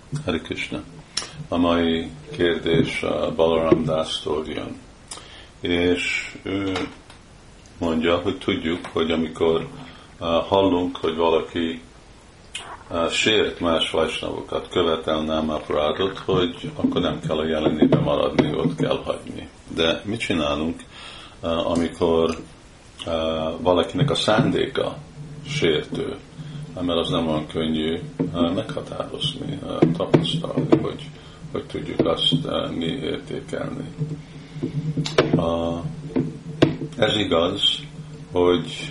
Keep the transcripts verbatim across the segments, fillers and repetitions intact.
Hare Krishna. A mai kérdés a Balaram Das-tól jön. És ő mondja, hogy tudjuk, hogy amikor hallunk, hogy valaki sért más vajsnavokat, követel námaparádot, hogy akkor nem kell a jelenébe maradni, ott kell hagyni. De mit csinálunk, amikor valakinek a szándéka sértő, mert az nem olyan könnyű meghatározni, tapasztalni, hogy, hogy tudjuk azt mi értékelni. Ez igaz, hogy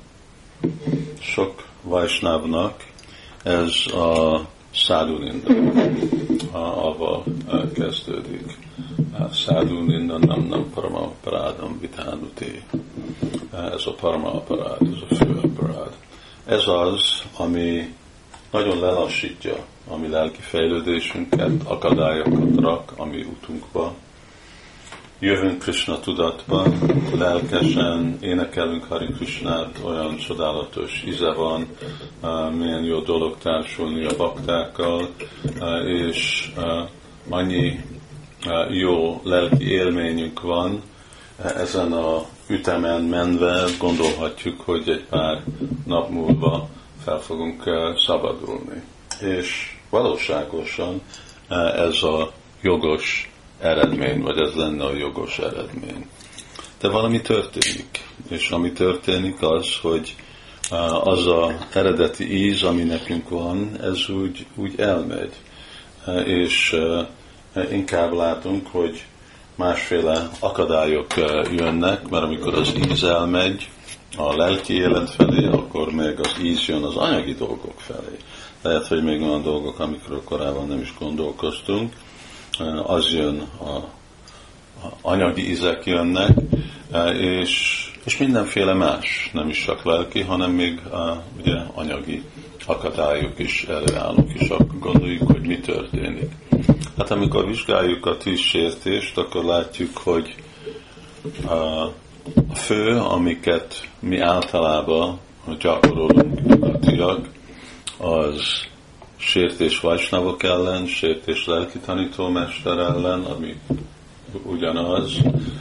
sok vajsnávnak ez a száduninda, avval kezdődik. Száduninda nem nem paramaparádam vitánuté. Ez a paramaparád, ez a fő aparád. Ez az, ami nagyon lelassítja a mi lelki fejlődésünket, akadályokat rak a mi utunkba. Jövünk Krishna tudatba, lelkesen énekelünk Hari Krishnát, olyan csodálatos íze van, milyen jó dolog társulni a baktákkal, és annyi jó lelki élményünk van, ezen a ütemen menve gondolhatjuk, hogy egy pár nap múlva fel fogunk szabadulni. És valóságosan ez a jogos eredmény, vagy ez lenne a jogos eredmény. De valami történik, és ami történik az, hogy az az eredeti íz, ami nekünk van, ez úgy, úgy elmegy. És inkább látunk, hogy másféle akadályok jönnek, mert amikor az íz elmegy a lelki élet felé, akkor még az íz jön az anyagi dolgok felé. Lehet, hogy még olyan dolgok, amikről korábban nem is gondolkoztunk, az jön, a, a anyagi ízek jönnek, és, és mindenféle más, nem is csak lelki, hanem még a, ugye, anyagi akadályok is előállnak, és akkor gondoljuk, hogy mi történik. Hát amikor vizsgáljuk a tíz sértést, akkor látjuk, hogy a fő, amiket mi általában gyakorolunk nyugatiak, az sértés vajsnavok ellen, sértés lelki tanítómester ellen, ami ugyanaz,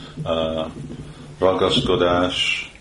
ragaszkodás,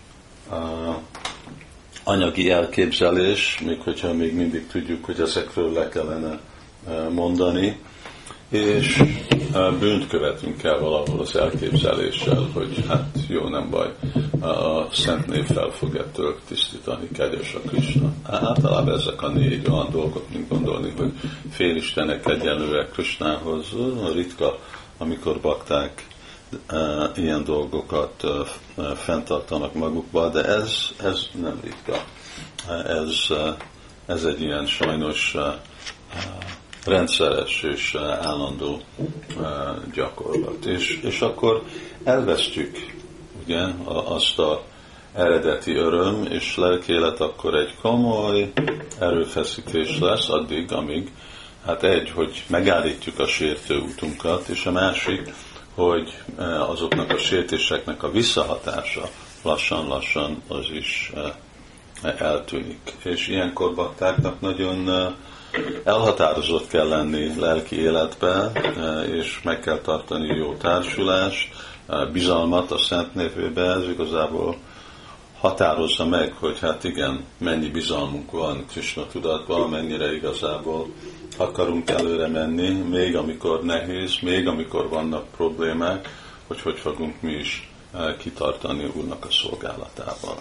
anyagi elképzelés, még hogyha még mindig tudjuk, hogy ezekről le kellene mondani, és bűnt követünk el valahol az elképzeléssel, hogy hát jó, nem baj, a szent név fel fog ettől tisztítani, kegyes a Krishna. Általában ezek a négy olyan dolgok, mint gondolni, hogy félistenek egyenlőek Krishnához, ritka, amikor bakták ilyen dolgokat fenntartanak magukba, de ez, ez nem ritka. Ez, ez egy ilyen sajnos rendszeres és állandó gyakorlat. És, és akkor elvesztjük ugye, azt a eredeti öröm, és lelkélet akkor egy komoly erőfeszítés lesz addig, amíg, hát egy, hogy megállítjuk a sértő útunkat, és a másik, hogy azoknak a sértéseknek a visszahatása lassan-lassan az is eltűnik. És ilyenkor baktáknak nagyon elhatározott kell lenni lelki életben, és meg kell tartani jó társulást, bizalmat a Szent Névébe, ez igazából határozza meg, hogy hát igen, mennyi bizalmunk van Krishna tudatban, mennyire igazából akarunk előre menni, még amikor nehéz, még amikor vannak problémák, hogy hogy fogunk mi is kitartani Úrnak a szolgálatában.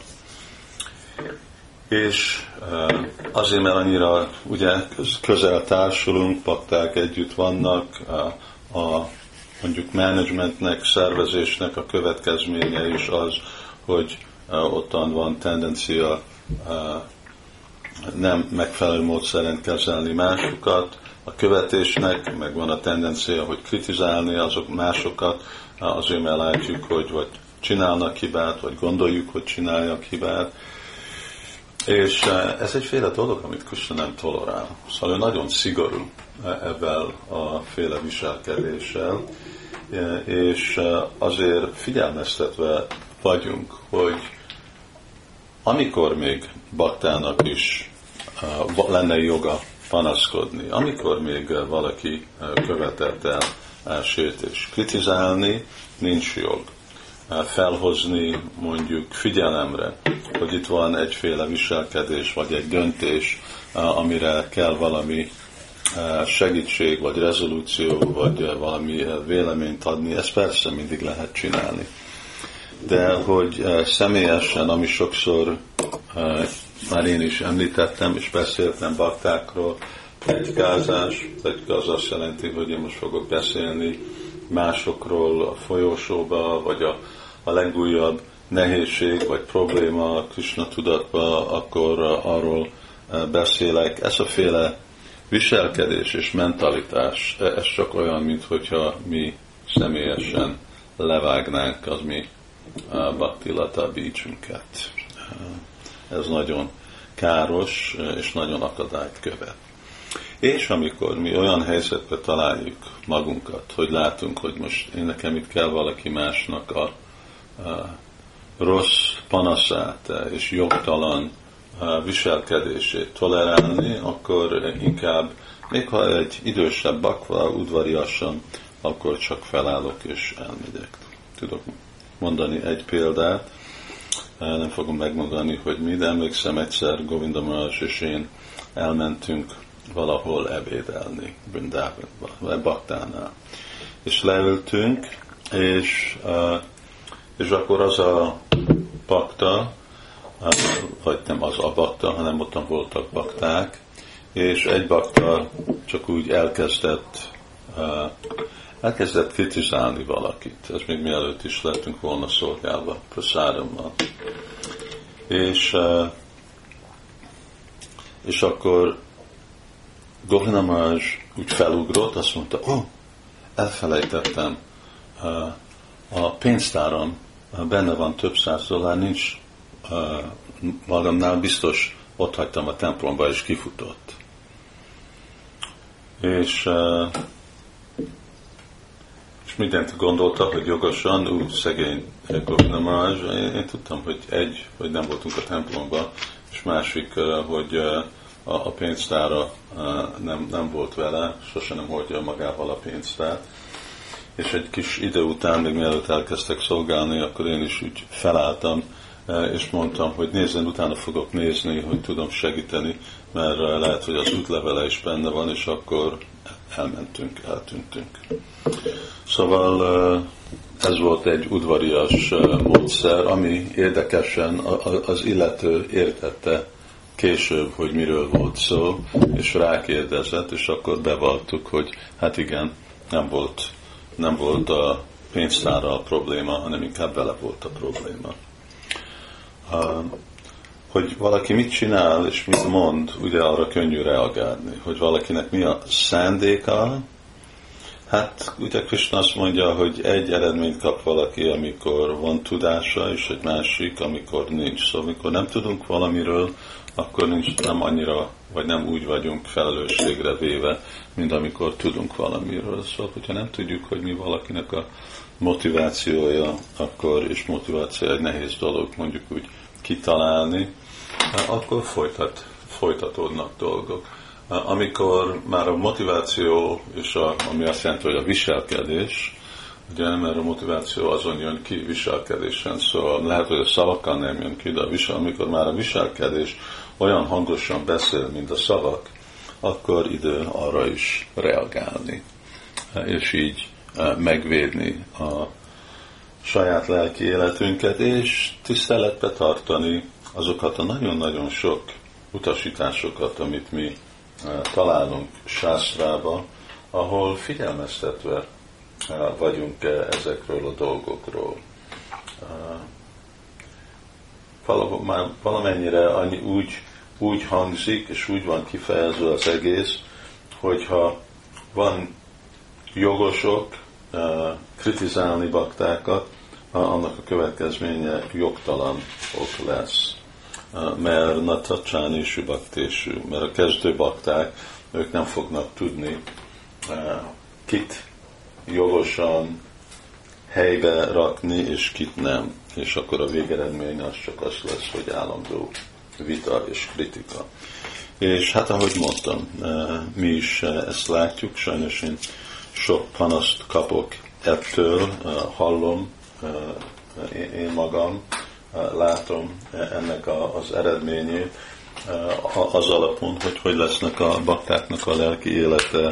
És azért, mert annyira ugye közel társulunk, bakták együtt vannak, a, a mondjuk menedzsmentnek, szervezésnek a következménye is az, hogy ottan van tendencia nem megfelelő módszeren kezelni másokat, a követésnek meg van a tendencia, hogy kritizálni azok másokat, azért mert látjuk, hogy vagy csinálnak hibát, vagy gondoljuk, hogy csinálják hibát. És ez egyféle dolog, amit Krishna nem tolerál. Szóval ő nagyon szigorú ebben a féle viselkedéssel, és azért figyelmeztetve vagyunk, hogy amikor még baktának is lenne joga panaszkodni. Amikor még valaki követett el sértést, kritizálni nincs jog. Felhozni mondjuk figyelemre, hogy itt van egyféle viselkedés, vagy egy döntés, amire kell valami segítség, vagy rezolúció, vagy valami véleményt adni, ezt persze mindig lehet csinálni. De hogy személyesen, ami sokszor már én is említettem, és beszéltem baktákról, pletykázás, pletyka azt jelenti, hogy én most fogok beszélni másokról a folyósóba, vagy a, a legújabb nehézség, vagy probléma Krishna tudatba, akkor arról beszélek. Ez a féle viselkedés és mentalitás, ez csak olyan, mint hogyha mi személyesen levágnánk az mi bhaktilata bícsünket. Ez nagyon káros és nagyon akadályt követ. És amikor mi olyan helyzetbe találjuk magunkat, hogy látunk, hogy most én nekem itt kell valaki másnak a, a rossz panaszát és jogtalan viselkedését tolerálni, akkor inkább, még ha egy idősebb bakva, udvariasan, akkor csak felállok és elmegyek. Tudok mondani egy példát, nem fogom megmondani, hogy mi, de emlékszem egyszer Govinda Maharaj és én elmentünk valahol ebédelni, Brindában, vagy Baktánál. És leültünk, és, és akkor az a bakta, vagy nem az a bakta, hanem ottan voltak bakták, és egy bakta csak úgy elkezdett elkezdett kritizálni valakit. Ez még mielőtt is lettünk volna szolgálva praszárammal. És, és akkor Govinda Maharaj úgy felugrott, azt mondta, ó, oh, elfelejtettem, a pénztáram benne van több száz dollár, nincs magamnál, biztos ott hagytam a templomba, és kifutott. És, és mindent gondolta, hogy jogosan, úgy szegény Govinda Maharaj, én, én tudtam, hogy egy, hogy nem voltunk a templomba, és másik, hogy a, a pénztára nem, nem volt vele, sose nem hordja magával a pénztárt. És egy kis idő után, még mielőtt elkezdtek szolgálni, akkor én is úgy felálltam, és mondtam, hogy nézzen, utána fogok nézni, hogy tudom segíteni, mert lehet, hogy az útlevele is benne van, és akkor elmentünk, eltűntünk. Szóval ez volt egy udvarias módszer, ami érdekesen az illető értette később, hogy miről volt szó, és rákérdezett, és akkor bevalltuk, hogy hát igen, nem volt, nem volt a pénztára a probléma, hanem inkább vele volt a probléma. Hogy valaki mit csinál és mit mond, ugye arra könnyű reagálni. Hogy valakinek mi a szándéka, hát ugye Krishna azt mondja, hogy egy eredményt kap valaki, amikor van tudása, és egy másik, amikor nincs. Szóval amikor nem tudunk valamiről, akkor nincs, nem annyira, vagy nem úgy vagyunk felelősségre véve, mint amikor tudunk valamiről. Szóval, hogyha nem tudjuk, hogy mi valakinek a motivációja, akkor, és motiváció egy nehéz dolog, mondjuk úgy kitalálni, akkor folytat, folytatódnak dolgok. Amikor már a motiváció, és a, ami azt jelenti, hogy a viselkedés, ugye, mert a motiváció azon jön ki viselkedésen, szóval lehet, hogy a szavakkal nem jön ki, de a visel, amikor már a viselkedés olyan hangosan beszél, mint a szavak, akkor idő arra is reagálni, és így megvédni a saját lelki életünket, és tiszteletbe tartani azokat a nagyon-nagyon sok utasításokat, amit mi találunk sásztrába, ahol figyelmeztetve vagyunk ezekről a dolgokról. Már valamennyire annyi úgy, úgy hangzik, és úgy van kifejezve az egész, hogyha van jogosok kritizálni baktákat, annak a következménye jogtalan ok lesz. Mert natacsáni sübaktésű, mert a kezdő bakták, ők nem fognak tudni kit jogosan helybe rakni, és kit nem. És akkor a végeredmény az csak az lesz, hogy állandó vita és kritika. És hát ahogy mondtam, mi is ezt látjuk, sajnos én sok panaszt kapok ettől, hallom, én magam látom ennek az eredményét, az alapon, hogy hogy lesznek a baktáknak a lelki élete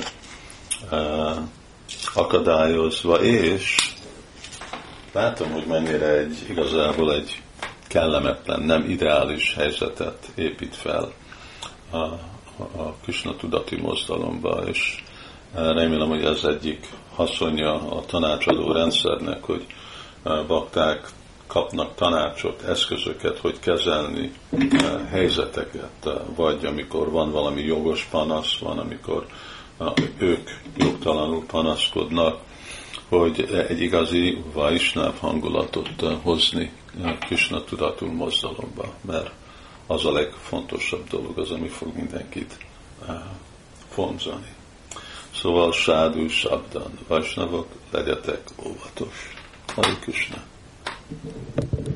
akadályozva, és látom, hogy mennyire egy, igazából egy kellemetlen, nem ideális helyzetet épít fel a, a Krishna tudati mozdalomba, és remélem, hogy ez egyik haszonja a tanácsadó rendszernek, hogy bakták kapnak tanácsot, eszközöket, hogy kezelni helyzeteket, vagy amikor van valami jogos panasz, van, amikor ők jogtalanul panaszkodnak, hogy egy igazi Vaisnáv hangulatot hozni Krishna tudatul mozdalomba, mert az a legfontosabb dolog, az, ami fog mindenkit vonzani. Szóval sádu, sabdan, Vaisnavok, legyetek óvatos. Hare Krishna.